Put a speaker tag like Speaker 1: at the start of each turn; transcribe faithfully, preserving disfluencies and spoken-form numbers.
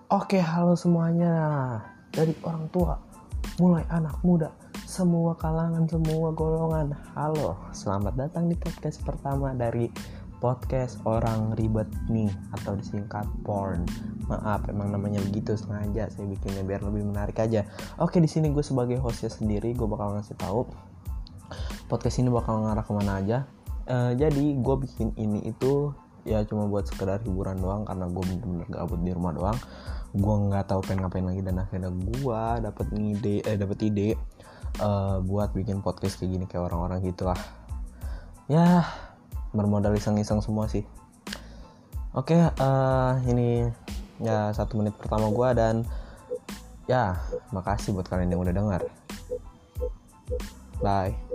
Speaker 1: Oke, halo semuanya. Dari orang tua, mulai anak muda, semua kalangan, semua golongan. Halo, selamat datang di podcast pertama dari podcast orang ribet nih, atau disingkat porn. Maaf, emang namanya begitu, sengaja saya bikinnya biar lebih menarik aja. Oke, di sini gue sebagai hostnya sendiri, gue bakal ngasih tahu podcast ini bakal ngarah kemana aja. Uh, jadi gue bikin ini itu ya cuma buat sekedar hiburan doang, karena gue bener-bener gabut di rumah doang. Gue nggak tahu pengen ngapain lagi, dan akhirnya gue dapet ide eh dapet ide uh, buat bikin podcast kayak gini, kayak orang-orang gitulah ya, bermodal iseng-iseng semua sih. Oke, uh, ini ya satu menit pertama gue, dan ya makasih buat kalian yang udah dengar. Bye.